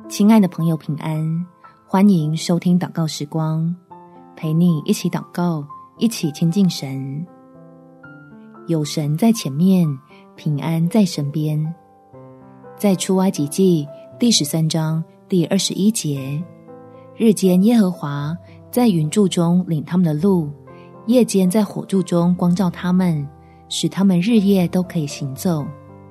亲爱的朋友平安，欢迎收听祷告时光，陪你一起祷告，一起亲近神。有神在前面，平安在身边。在出埃及记第13章第21节，日间耶和华在云柱中领他们的路，夜间在火柱中光照他们，使他们日夜都可以行走。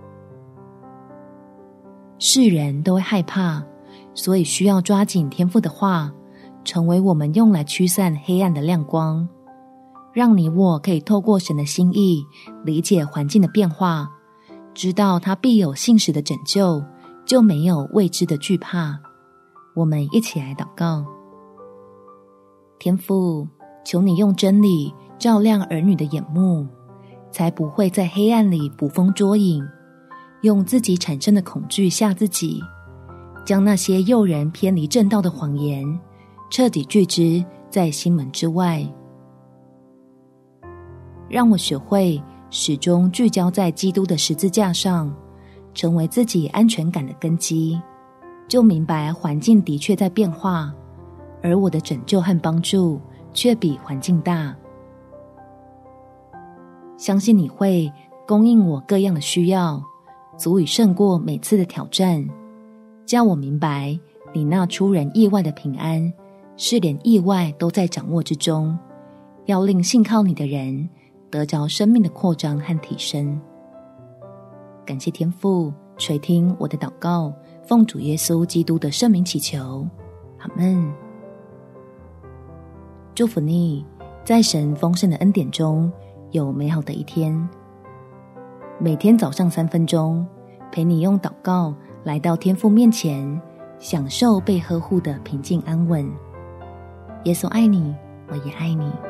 世人都会害怕，所以需要抓紧天父的话，成为我们用来驱散黑暗的亮光，让你我可以透过神的心意，理解环境的变化，知道他必有信实的拯救，就没有未知的惧怕。我们一起来祷告。天父，求你用真理照亮儿女的眼目，才不会在黑暗里捕风捉影，用自己产生的恐惧吓自己，将那些诱人偏离正道的谎言彻底拒之在心门之外。让我学会始终聚焦在基督的十字架上，成为自己安全感的根基，就明白环境的确在变化，而我的拯救和帮助却比环境大。相信你会供应我各样的需要，足以胜过每次的挑战，叫我明白你那出人意外的平安是连意外都在掌握之中，要令信靠你的人得着生命的扩张和提升。感谢天父垂听我的祷告，奉主耶稣基督的圣名祈求，阿们。祝福你在神丰盛的恩典中有美好的一天。每天早上3分钟，陪你用祷告来到天父面前，享受被呵护的平静安稳。耶稣爱你，我也爱你。